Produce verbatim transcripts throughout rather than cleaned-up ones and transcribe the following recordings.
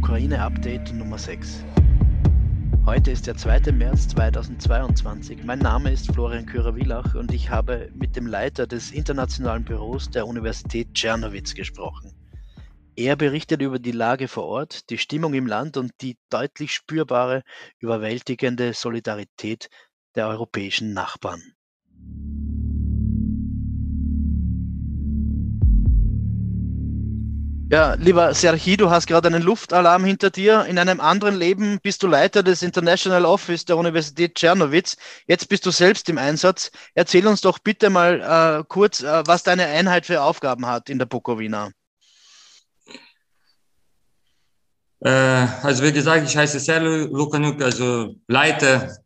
Ukraine-Update Nummer sechs. Heute ist der zweite März zweitausendzweiundzwanzig. Mein Name ist Florian Kürer-Wielach und ich habe mit dem Leiter des internationalen Büros der Universität Czernowitz gesprochen. Er berichtet über die Lage vor Ort, die Stimmung im Land und die deutlich spürbare, überwältigende Solidarität der europäischen Nachbarn. Ja, lieber Serhii, du hast gerade einen Luftalarm hinter dir. In einem anderen Leben bist du Leiter des International Office der Universität Czernowitz. Jetzt bist du selbst im Einsatz. Erzähl uns doch bitte mal äh, kurz, äh, was deine Einheit für Aufgaben hat in der Bukowina. Äh, also wie gesagt, ich heiße Serhii Lukaniuk, also Leiter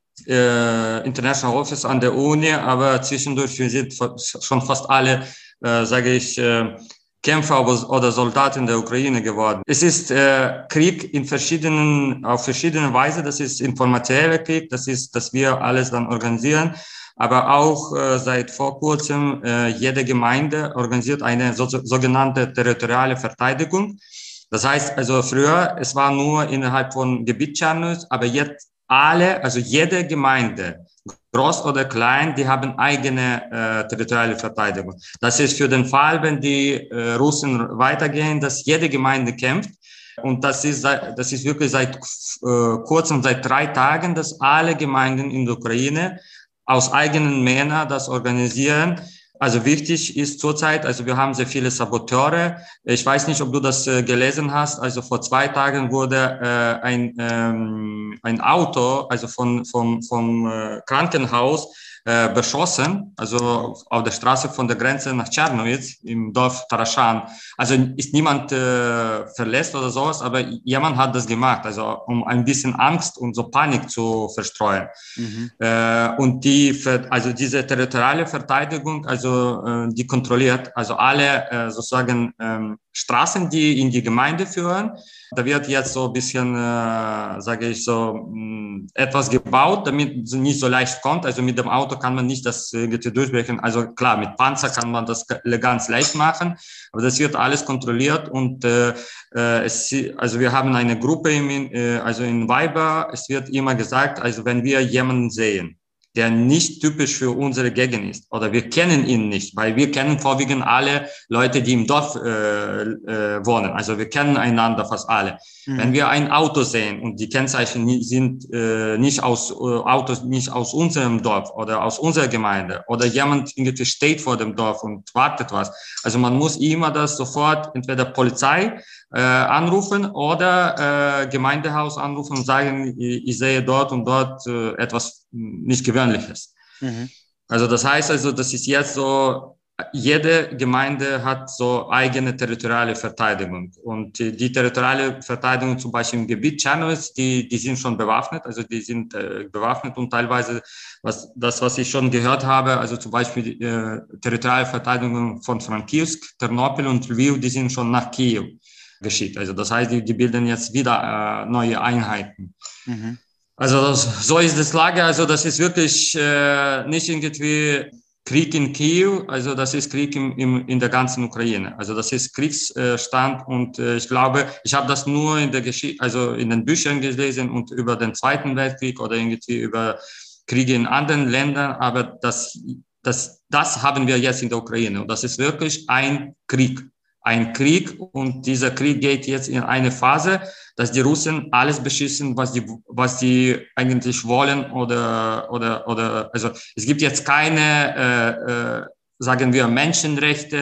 äh, International Office an der Uni, aber zwischendurch wir sind schon fast alle, äh, sage ich, äh, Kämpfer oder Soldaten der Ukraine geworden. Es ist äh, Krieg in verschiedenen, auf verschiedene Weise. Das ist informationeller Krieg, das ist, dass wir alles dann organisieren. Aber auch äh, seit vor kurzem äh, jede Gemeinde organisiert eine so, sogenannte territoriale Verteidigung. Das heißt also früher, es war nur innerhalb von Gebiet Czernowitz, aber jetzt alle, also jede Gemeinde, groß oder klein, die haben eigene äh, territoriale Verteidigung. Das ist für den Fall, wenn die äh, Russen weitergehen, dass jede Gemeinde kämpft. Und das ist, das ist wirklich seit äh, kurzem, seit drei Tagen, dass alle Gemeinden in der Ukraine aus eigenen Männern das organisieren. Also wichtig ist zurzeit, also wir haben sehr viele Saboteure. Ich weiß nicht, ob du das äh, gelesen hast. Also vor zwei Tagen wurde äh, ein, ähm, ein Auto, also von, vom, vom äh, Krankenhaus, äh, beschossen, also auf der Straße von der Grenze nach Czernowitz im Dorf Taraschan. Also ist niemand äh, verletzt oder sowas, aber jemand hat das gemacht, also um ein bisschen Angst und so Panik zu verstreuen. Mhm. Äh, und die, also diese territoriale Verteidigung, also äh, die kontrolliert also alle äh, sozusagen ähm, Straßen, die in die Gemeinde führen. Da wird jetzt so ein bisschen, äh, sage ich so, mh, etwas gebaut, damit es nicht so leicht kommt. Also mit dem Auto kann man nicht das irgendwie durchbrechen. Also klar, mit Panzer kann man das ganz leicht machen, aber das wird alles kontrolliert und äh, es, also wir haben eine Gruppe im, äh, also in Viber. Es wird immer gesagt, also wenn wir jemanden sehen, der nicht typisch für unsere Gegend ist oder wir kennen ihn nicht, weil wir kennen vorwiegend alle Leute, die im Dorf äh, äh, wohnen. Also wir kennen einander fast alle. Mhm. Wenn wir ein Auto sehen und die Kennzeichen sind äh, nicht aus äh, Autos nicht aus unserem Dorf oder aus unserer Gemeinde oder jemand irgendwie steht vor dem Dorf und wartet was. Also man muss immer das sofort entweder Polizei äh, anrufen oder äh, Gemeindehaus anrufen und sagen, ich, ich sehe dort und dort äh, etwas nicht Gewöhnliches. Mhm. Also das heißt also, das ist jetzt so, jede Gemeinde hat so eigene territoriale Verteidigung und die, die territoriale Verteidigung zum Beispiel im Gebiet Czernowitz, die, die sind schon bewaffnet, also die sind äh, bewaffnet und teilweise, was, das, was ich schon gehört habe, also zum Beispiel die äh, territoriale Verteidigung von Frankivsk, Ternopil und Lviv, die sind schon nach Kiew geschickt. Also das heißt, die, die bilden jetzt wieder äh, neue Einheiten. Mhm. Also das, so ist das Lage, also das ist wirklich äh, nicht irgendwie Krieg in Kiew, also das ist Krieg im, im, in der ganzen Ukraine. Also das ist Kriegsstand und äh, ich glaube, ich habe das nur in der Geschichte, also in den Büchern gelesen und über den Zweiten Weltkrieg oder irgendwie über Kriege in anderen Ländern, aber das, das, das haben wir jetzt in der Ukraine und das ist wirklich ein Krieg. Ein Krieg und dieser Krieg geht jetzt in eine Phase, dass die Russen alles beschießen, was die, was die eigentlich wollen oder, oder, oder, also es gibt jetzt keine, äh, äh, sagen wir, Menschenrechte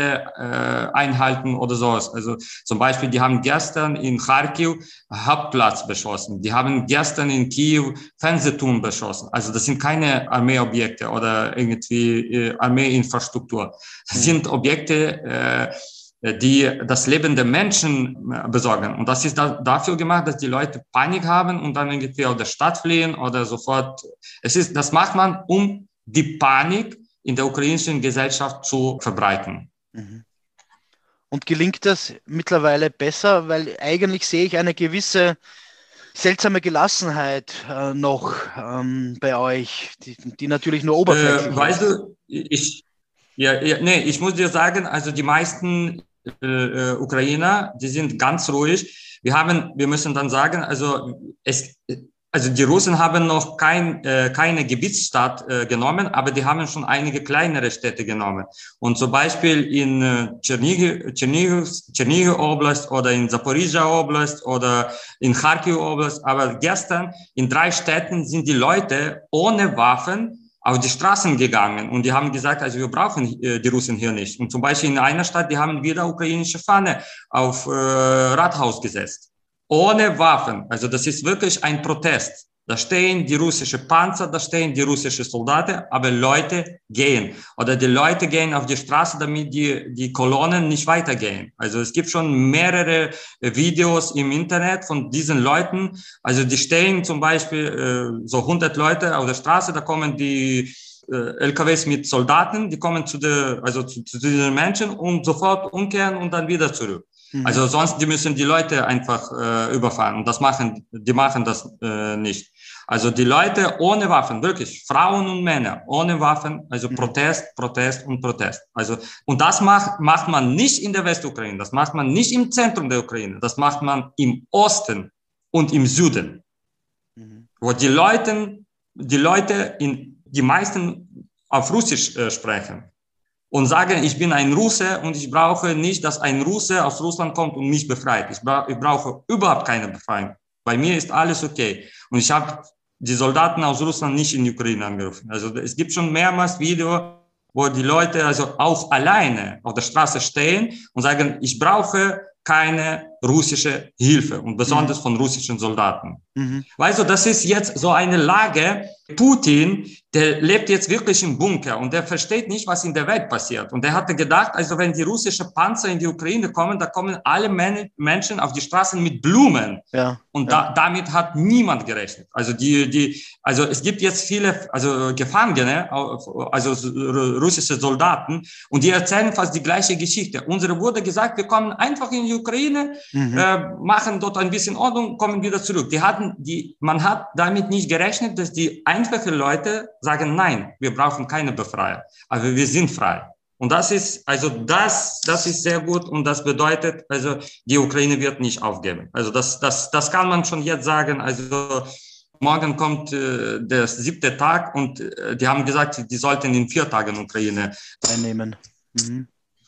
äh, einhalten oder sowas. Also zum Beispiel, die haben gestern in Kharkiv Hauptplatz beschossen. Die haben gestern in Kiew Fernsehturm beschossen. Also das sind keine Armeeobjekte oder irgendwie äh, Armeeinfrastruktur. Das sind Objekte, äh, die das Leben der Menschen besorgen. Und das ist da, dafür gemacht, dass die Leute Panik haben und dann irgendwie aus der Stadt fliehen oder sofort. Es ist, das macht man, um die Panik in der ukrainischen Gesellschaft zu verbreiten. Und gelingt das mittlerweile besser? Weil eigentlich sehe ich eine gewisse seltsame Gelassenheit äh, noch ähm, bei euch, die, die natürlich nur oberflächlich äh, weißt ist. Du, ich, ja, ja, nee, ich muss dir sagen, also die meisten äh, Ukrainer, die sind ganz ruhig. Wir haben, wir müssen dann sagen, also es, also die Russen haben noch kein, äh, keine Gebietsstadt äh, genommen, aber die haben schon einige kleinere Städte genommen. Und zum Beispiel in äh, Tschernihiv, Tschernihiv, Tschernihiv Oblast oder in Zaporizhia Oblast oder in Kharkiv Oblast. Aber gestern in drei Städten sind die Leute ohne Waffen auf die Straßen gegangen und die haben gesagt, also wir brauchen äh, die Russen hier nicht. Und zum Beispiel in einer Stadt, die haben wieder ukrainische Fahne auf äh, Rathaus gesetzt. Ohne Waffen. Also das ist wirklich ein Protest. Da stehen die russischen Panzer, da stehen die russischen Soldaten, aber Leute gehen. Oder die Leute gehen auf die Straße, damit die, die Kolonnen nicht weitergehen. Also es gibt schon mehrere Videos im Internet von diesen Leuten. Also die stehen zum Beispiel äh, so hundert Leute auf der Straße, da kommen die äh, L K Ws mit Soldaten, die kommen zu, der, also zu, zu diesen Menschen und sofort umkehren und dann wieder zurück. Also sonst, die müssen die Leute einfach äh, überfahren und das machen, die machen das äh, nicht. Also die Leute ohne Waffen, wirklich, Frauen und Männer ohne Waffen, also mhm. Protest, Protest und Protest. Also, und das macht, macht man nicht in der Westukraine, das macht man nicht im Zentrum der Ukraine, das macht man im Osten und im Süden, mhm. wo die Leute, die Leute in, die meisten auf Russisch äh, sprechen. Und sagen, ich bin ein Russe und ich brauche nicht, dass ein Russe aus Russland kommt und mich befreit. Ich, bra- ich brauche überhaupt keine Befreiung. Bei mir ist alles okay. Und ich habe die Soldaten aus Russland nicht in die Ukraine angerufen. Also es gibt schon mehrmals Videos, wo die Leute also auch alleine auf der Straße stehen und sagen, ich brauche keine russische Hilfe und besonders mhm. von russischen Soldaten. Mhm. Weißt du, das ist jetzt so eine Lage, Putin, der lebt jetzt wirklich im Bunker und der versteht nicht, was in der Welt passiert. Und der hatte gedacht, also wenn die russischen Panzer in die Ukraine kommen, da kommen alle Men- Menschen auf die Straßen mit Blumen. Ja. Und ja. Da, damit hat niemand gerechnet. Also die, die, also es gibt jetzt viele, also Gefangene, also russische Soldaten, und die erzählen fast die gleiche Geschichte. Unsere wurde gesagt, wir kommen einfach in die Ukraine, mhm. äh, machen dort ein bisschen Ordnung, kommen wieder zurück. Die hatten, die, man hat damit nicht gerechnet, dass die einfachen Leute sagen, nein, wir brauchen keine Befreiung, aber wir sind frei. Und das ist, also das, das ist sehr gut und das bedeutet, also die Ukraine wird nicht aufgeben. Also das, das, das kann man schon jetzt sagen. Also morgen kommt äh, der siebte Tag und äh, die haben gesagt, die sollten in vier Tagen Ukraine einnehmen. Mhm.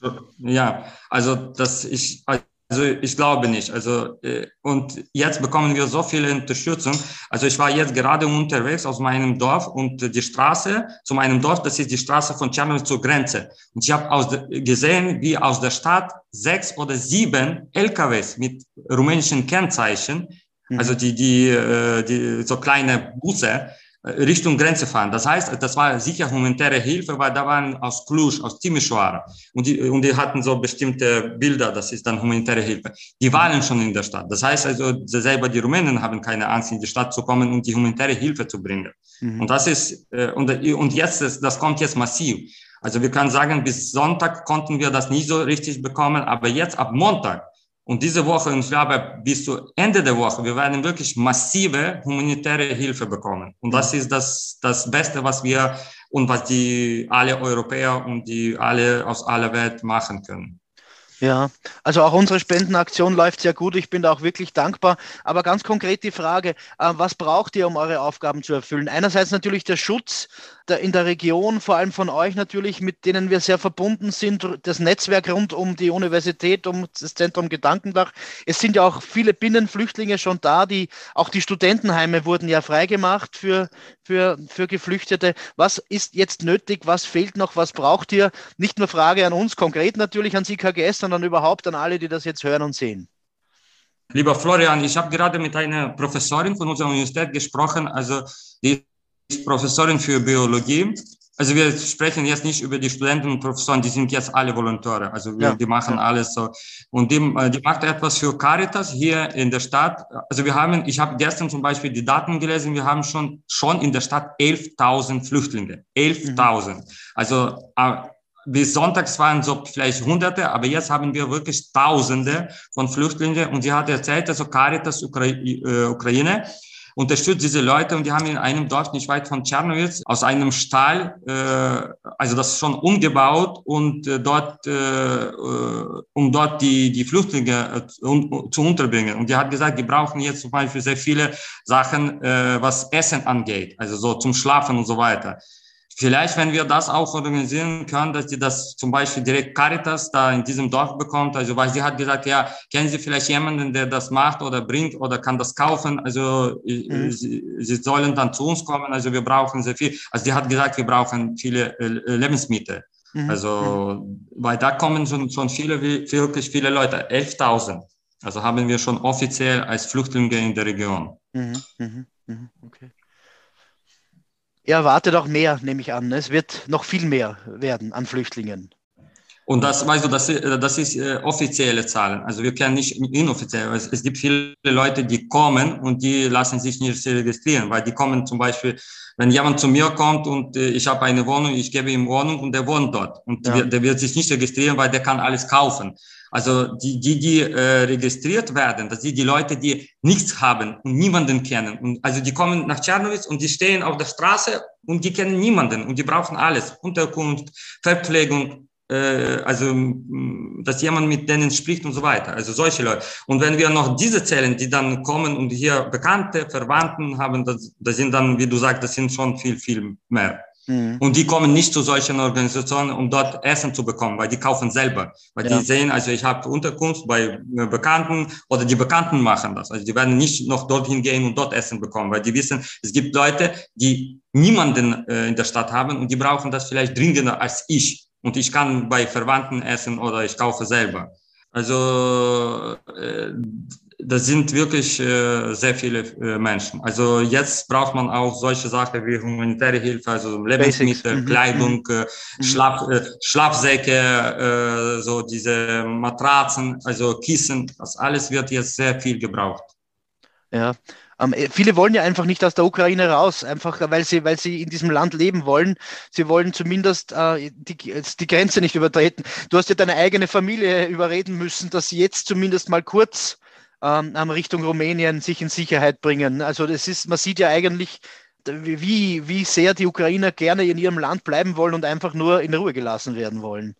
Ja, also das ich Also ich glaube nicht. Also äh, und jetzt bekommen wir so viele Unterstützung. Also ich war jetzt gerade unterwegs aus meinem Dorf und die Straße zu meinem Dorf, das ist die Straße von Tschernobyl zur Grenze. Und ich habe aus de, gesehen, wie aus der Stadt sechs oder sieben L K Ws mit rumänischen Kennzeichen, mhm. also die die äh, die so kleine Busse Richtung Grenze fahren. Das heißt, das war sicher humanitäre Hilfe, weil da waren aus Cluj, aus Timișoara und die, und die hatten so bestimmte Bilder, das ist dann humanitäre Hilfe. Die waren schon in der Stadt. Das heißt also, selber die Rumänen haben keine Angst, in die Stadt zu kommen und die humanitäre Hilfe zu bringen. Mhm. Und das ist, und, und jetzt, das kommt jetzt massiv. Also wir können sagen, bis Sonntag konnten wir das nicht so richtig bekommen, aber jetzt ab Montag und diese Woche, und ich glaube, bis zu Ende der Woche, wir werden wirklich massive humanitäre Hilfe bekommen. Und das ist das, das Beste, was wir und was die alle Europäer und die alle aus aller Welt machen können. Ja, also auch unsere Spendenaktion läuft sehr gut. Ich bin da auch wirklich dankbar. Aber ganz konkret die Frage, äh, was braucht ihr, um eure Aufgaben zu erfüllen? Einerseits natürlich der Schutz der, in der Region, vor allem von euch natürlich, mit denen wir sehr verbunden sind, das Netzwerk rund um die Universität, um das Zentrum Gedankendach. Es sind ja auch viele Binnenflüchtlinge schon da, die auch die Studentenheime wurden ja freigemacht für, für, für Geflüchtete. Was ist jetzt nötig? Was fehlt noch? Was braucht ihr? Nicht nur Frage an uns, konkret natürlich an Sie K G S, sondern überhaupt an alle, die das jetzt hören und sehen. Lieber Florian, ich habe gerade mit einer Professorin von unserer Universität gesprochen, also die ist Professorin für Biologie. Also wir sprechen jetzt nicht über die Studenten und Professoren, die sind jetzt alle Volontäre, also wir, ja, die machen ja. alles so. Und die, die macht etwas für Caritas hier in der Stadt. Also wir haben, ich habe gestern zum Beispiel die Daten gelesen, wir haben schon, schon in der Stadt elftausend Flüchtlinge, elftausend. Mhm. Also bis sonntags waren so vielleicht Hunderte, aber jetzt haben wir wirklich Tausende von Flüchtlingen. Und sie hat erzählt, also Caritas Ukra- äh, Ukraine unterstützt diese Leute und die haben in einem Dorf nicht weit von Czernowitz aus einem Stall, äh, also das ist schon umgebaut und äh, dort, äh, um dort die, die Flüchtlinge äh, um, zu unterbringen. Und die hat gesagt, die brauchen jetzt zum Beispiel sehr viele Sachen, äh, was Essen angeht, also so zum Schlafen und so weiter. Vielleicht, wenn wir das auch organisieren können, dass die das zum Beispiel direkt Caritas da in diesem Dorf bekommt. Also, weil sie hat gesagt, ja, kennen Sie vielleicht jemanden, der das macht oder bringt oder kann das kaufen? Also, mhm. sie, sie sollen dann zu uns kommen. Also, wir brauchen sehr viel. Also, die hat gesagt, wir brauchen viele äh, Lebensmittel. Mhm. Also, mhm. weil da kommen schon, schon viele, wirklich viele Leute, elftausend. Also, haben wir schon offiziell als Flüchtlinge in der Region. Mhm. Mhm. Mhm. Okay. Er erwartet auch mehr, nehme ich an. Es wird noch viel mehr werden an Flüchtlingen. Und das, weißt du, das, das ist äh, offizielle Zahlen. Also wir kennen nicht inoffiziell. Es, es gibt viele Leute, die kommen und die lassen sich nicht registrieren, weil die kommen zum Beispiel, wenn jemand zu mir kommt und äh, ich habe eine Wohnung, ich gebe ihm Wohnung und der wohnt dort. Und ja. der, der wird sich nicht registrieren, weil der kann alles kaufen. Also die, die, die äh, registriert werden, das sind die Leute, die nichts haben und niemanden kennen. Und also die kommen nach Czernowitz und die stehen auf der Straße und die kennen niemanden und die brauchen alles. Unterkunft, Verpflegung, äh, also dass jemand mit denen spricht und so weiter. Also solche Leute. Und wenn wir noch diese zählen, die dann kommen und hier Bekannte, Verwandten haben, das, das sind dann, wie du sagst, das sind schon viel, viel mehr. Und die kommen nicht zu solchen Organisationen, um dort Essen zu bekommen, weil die kaufen selber. Weil ja. die sehen, also ich habe Unterkunft bei Bekannten oder die Bekannten machen das. Also die werden nicht noch dorthin gehen und dort Essen bekommen, weil die wissen, es gibt Leute, die niemanden äh, in der Stadt haben und die brauchen das vielleicht dringender als ich. Und ich kann bei Verwandten essen oder ich kaufe selber. Also äh, das sind wirklich äh, sehr viele äh, Menschen. Also jetzt braucht man auch solche Sachen wie humanitäre Hilfe, also Lebensmittel, mhm. Kleidung, äh, mhm. Schlaf, äh, Schlafsäcke, äh, so diese Matratzen, also Kissen. Das alles wird jetzt sehr viel gebraucht. Ja. Ähm, viele wollen ja einfach nicht aus der Ukraine raus, einfach weil sie, weil sie in diesem Land leben wollen. Sie wollen zumindest äh, die, die Grenze nicht übertreten. Du hast ja deine eigene Familie überreden müssen, dass sie jetzt zumindest mal kurz ähm, Richtung Rumänien sich in Sicherheit bringen. Also das ist, man sieht ja eigentlich, wie, wie sehr die Ukrainer gerne in ihrem Land bleiben wollen und einfach nur in Ruhe gelassen werden wollen.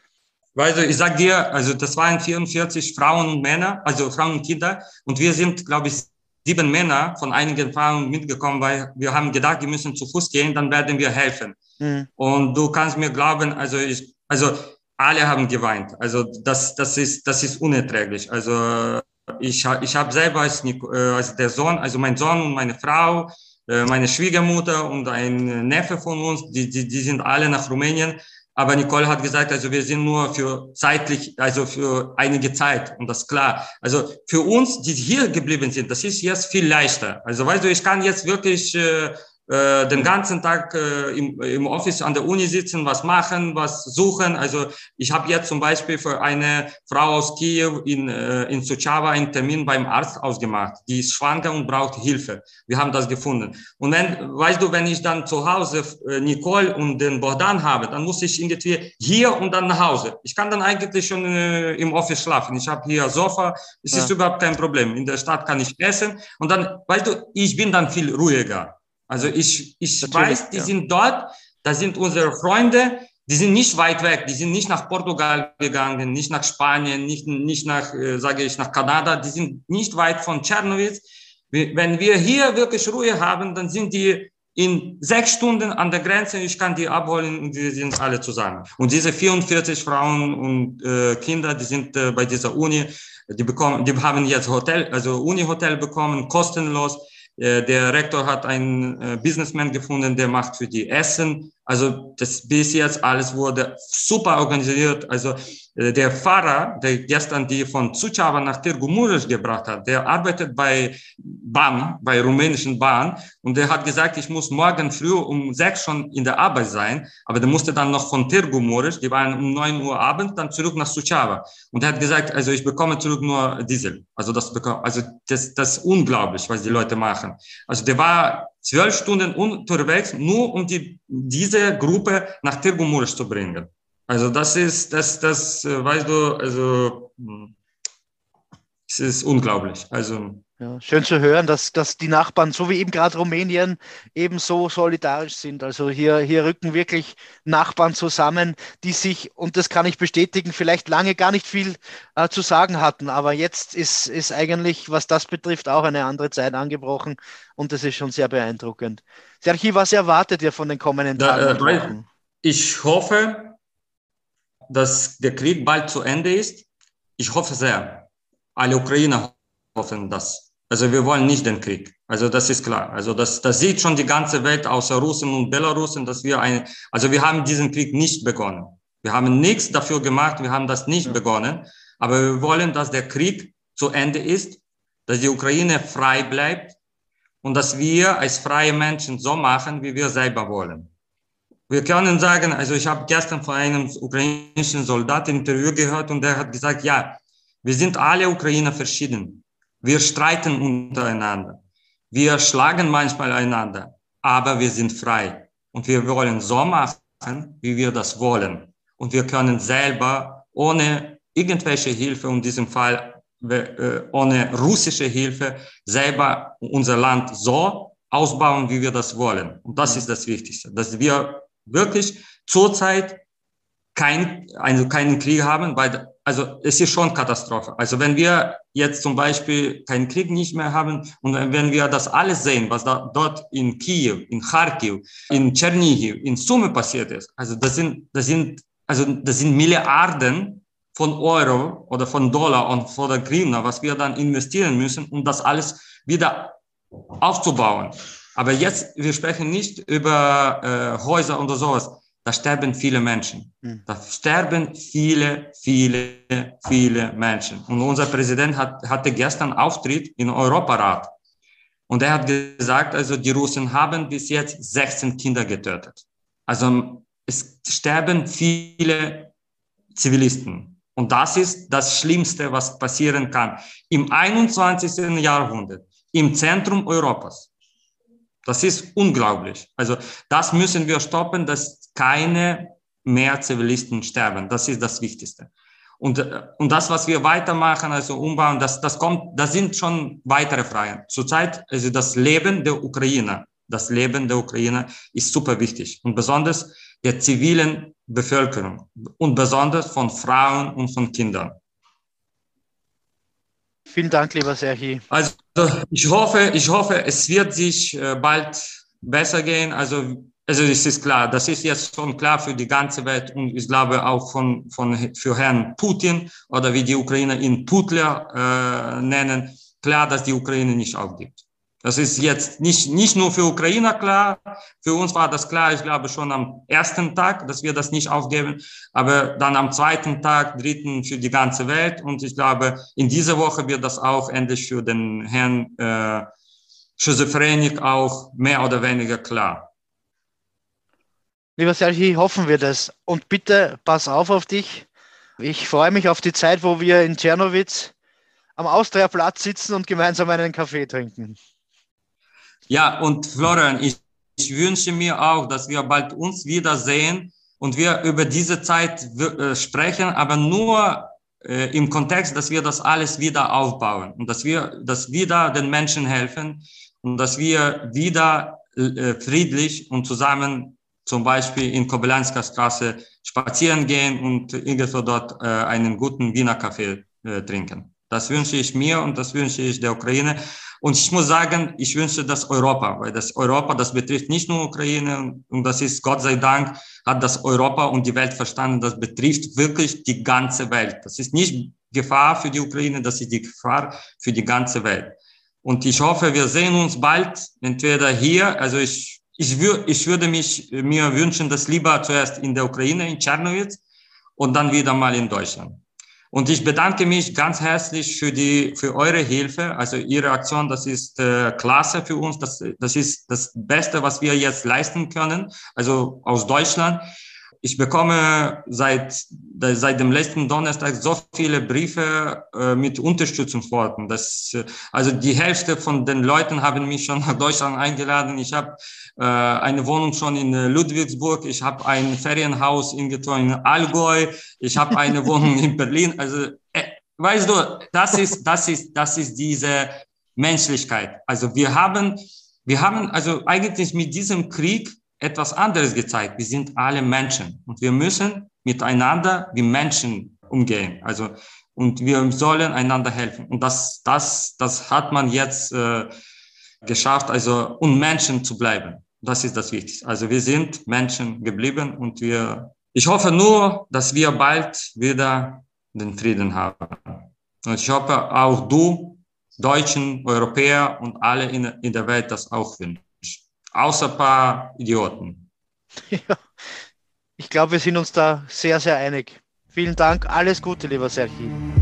Weißt du, ich sag dir, also das waren vierundvierzig Frauen und Männer, also Frauen und Kinder, und wir sind, glaube ich, sieben Männer von einigen Frauen mitgekommen, weil wir haben gedacht, wir müssen zu Fuß gehen, dann werden wir helfen. Mhm. Und du kannst mir glauben, also ich, also alle haben geweint. Also das, das ist, das ist unerträglich. Also ich, ich habe selber als, als der Sohn, also mein Sohn und meine Frau, meine Schwiegermutter und ein Neffe von uns, die, die, die sind alle nach Rumänien. Aber Nicole hat gesagt, also wir sind nur für zeitlich, also für einige Zeit. Und das ist klar. Also für uns, die hier geblieben sind, das ist jetzt viel leichter. Also weißt du, ich kann jetzt wirklich äh, äh, den ganzen Tag äh, im, im Office an der Uni sitzen, was machen, was suchen. Also ich habe jetzt zum Beispiel für eine Frau aus Kiew in, äh, in Suceava einen Termin beim Arzt ausgemacht. Die ist schwanger und braucht Hilfe. Wir haben das gefunden. Und wenn, weißt du, wenn ich dann zu Hause äh, Nicole und den Bogdan habe, dann muss ich irgendwie hier und dann nach Hause. Ich kann dann eigentlich schon äh, im Office schlafen. Ich habe hier Sofa. Es ja. ist überhaupt kein Problem. In der Stadt kann ich essen. Und dann, weißt du, ich bin dann viel ruhiger. Also ich, ich weiß, die ja. sind dort, da sind unsere Freunde, die sind nicht weit weg, die sind nicht nach Portugal gegangen, nicht nach Spanien, nicht, nicht nach, äh, sage ich, nach Kanada, die sind nicht weit von Czernowitz. Wenn wir hier wirklich Ruhe haben, dann sind die in sechs Stunden an der Grenze, ich kann die abholen und wir sind alle zusammen. Und diese vierundvierzig Frauen und äh, Kinder, die sind äh, bei dieser Uni, die bekommen, die haben jetzt Hotel, also Uni-Hotel bekommen, kostenlos. Der Rektor hat einen äh, Businessman gefunden, der macht für die Essen. Also das bis jetzt alles wurde super organisiert. Also äh, der Fahrer, der gestern die von Suceava nach Târgu Mureș gebracht hat, der arbeitet bei Bahn, bei rumänischen Bahn. Und der hat gesagt, ich muss morgen früh um sechs schon in der Arbeit sein. Aber der musste dann noch von Târgu Mureș, die waren um neun Uhr abends, dann zurück nach Suceava. Und er hat gesagt, also ich bekomme zurück nur Diesel. Also das bekomme, also das, das ist unglaublich, was die Leute machen. Also der war zwölf Stunden unterwegs, nur um die, diese Gruppe nach Târgu Mureș zu bringen. Also das ist, das, das, weißt du, also es ist unglaublich. Also Ja, schön zu hören, dass, dass die Nachbarn, so wie eben gerade Rumänien, ebenso solidarisch sind. Also hier, hier rücken wirklich Nachbarn zusammen, die sich, und das kann ich bestätigen, vielleicht lange gar nicht viel äh, zu sagen hatten. Aber jetzt ist, ist eigentlich, was das betrifft, auch eine andere Zeit angebrochen. Und das ist schon sehr beeindruckend. Serhii, was erwartet ihr von den kommenden Da, Tagen äh, und weil Wochen? ich hoffe, dass der Krieg bald zu Ende ist. Ich hoffe sehr. Alle Ukrainer hoffen das. Also wir wollen nicht den Krieg. Also das ist klar. Also das, das sieht schon die ganze Welt außer Russen und Belarusen, dass wir ein, also wir haben diesen Krieg nicht begonnen. Wir haben nichts dafür gemacht. Wir haben das nicht Ja. begonnen. Aber wir wollen, dass der Krieg zu Ende ist, dass die Ukraine frei bleibt und dass wir als freie Menschen so machen, wie wir selber wollen. Wir können sagen, also ich habe gestern von einem ukrainischen Soldaten ein Interview gehört und der hat gesagt, ja, wir sind alle Ukrainer verschieden. Wir streiten untereinander. Wir schlagen manchmal einander, aber wir sind frei. Und wir wollen so machen, wie wir das wollen. Und wir können selber ohne irgendwelche Hilfe, in diesem Fall ohne russische Hilfe, selber unser Land so ausbauen, wie wir das wollen. Und das ist das Wichtigste, dass wir wirklich zurzeit kein, also keinen Krieg haben, weil, also es ist schon Katastrophe. Also wenn wir jetzt zum Beispiel keinen Krieg nicht mehr haben und wenn wir das alles sehen, was da dort in Kiew, in Kharkiv, in Tschernihiv, in Sumy passiert ist, also das sind, das sind, also das sind Milliarden von Euro oder von Dollar und von der Hryvnia, was wir dann investieren müssen, um das alles wieder aufzubauen. Aber jetzt, wir sprechen nicht über äh, Häuser oder sowas. Da sterben viele Menschen. Mhm. Da sterben viele, viele, viele Menschen. Und unser Präsident hat, hatte gestern Auftritt im Europarat. Und er hat gesagt, also die Russen haben bis jetzt sechzehn Kinder getötet. Also es sterben viele Zivilisten. Und das ist das Schlimmste, was passieren kann. Im einundzwanzigsten Jahrhundert, im Zentrum Europas. Das ist unglaublich. Also das müssen wir stoppen, dass keine mehr Zivilisten sterben. Das ist das Wichtigste. Und, und das, was wir weitermachen, also umbauen, das, das kommt, das sind schon weitere Fragen. Zurzeit, also das Leben der Ukrainer, das Leben der Ukrainer ist super wichtig. Und besonders der zivilen Bevölkerung. Und besonders von Frauen und von Kindern. Vielen Dank, lieber Serhii. Also ich hoffe, ich hoffe, es wird sich bald besser gehen. Also, also es ist klar, das ist jetzt schon klar für die ganze Welt und ich glaube auch von, von, für Herrn Putin oder wie die Ukrainer ihn Putler äh, nennen, klar, dass die Ukraine nicht aufgibt. Das ist jetzt nicht, nicht nur für Ukrainer klar, für uns war das klar, ich glaube schon am ersten Tag, dass wir das nicht aufgeben, aber dann am zweiten Tag, dritten für die ganze Welt und ich glaube, in dieser Woche wird das auch endlich für den Herrn äh, Schizophrenic auch mehr oder weniger klar. Lieber Serhii, hoffen wir das und bitte pass auf auf dich. Ich freue mich auf die Zeit, wo wir in Czernowitz am Austria-Platz sitzen und gemeinsam einen Kaffee trinken. Ja, und Florian, ich, ich wünsche mir auch, dass wir bald uns wiedersehen und wir über diese Zeit äh, sprechen, aber nur äh, im Kontext, dass wir das alles wieder aufbauen und dass wir dass wieder den Menschen helfen und dass wir wieder äh, friedlich und zusammen zum Beispiel in Kobylanska Straße spazieren gehen und irgendwo dort äh, einen guten Wiener Kaffee äh, trinken. Das wünsche ich mir und das wünsche ich der Ukraine. Und ich muss sagen, ich wünsche das Europa, weil das Europa, das betrifft nicht nur Ukraine und das ist, Gott sei Dank, hat das Europa und die Welt verstanden, das betrifft wirklich die ganze Welt. Das ist nicht Gefahr für die Ukraine, das ist die Gefahr für die ganze Welt. Und ich hoffe, wir sehen uns bald, entweder hier, also ich, ich, wür, ich würde mich, mir wünschen, dass lieber zuerst in der Ukraine, in Czernowitz und dann wieder mal in Deutschland. Und ich bedanke mich ganz herzlich für die, für eure Hilfe. Also Ihre Aktion, das ist äh, klasse für uns. Das, das ist das Beste, was wir jetzt leisten können. Also aus Deutschland. Ich bekomme seit, seit dem letzten Donnerstag so viele Briefe äh, mit Unterstützungsworten. Das, äh, also die Hälfte von den Leuten haben mich schon nach Deutschland eingeladen. Ich habe äh, eine Wohnung schon in Ludwigsburg. Ich habe ein Ferienhaus in, in Allgäu. Ich habe eine Wohnung in Berlin. Also äh, weißt du, das ist, das ist, das ist diese Menschlichkeit. Also wir haben, wir haben also eigentlich mit diesem Krieg etwas anderes gezeigt. Wir sind alle Menschen und wir müssen miteinander wie Menschen umgehen. Also und wir sollen einander helfen. Und das, das, das hat man jetzt äh, geschafft, also um Menschen zu bleiben. Das ist das Wichtigste. Also wir sind Menschen geblieben und wir, ich hoffe nur, dass wir bald wieder den Frieden haben. Und ich hoffe auch du, Deutschen, Europäer und alle in, in der Welt das auch wünschen. Außer ein paar Idioten. Ja, ich glaube, wir sind uns da sehr, sehr einig. Vielen Dank. Alles Gute, lieber Serhii.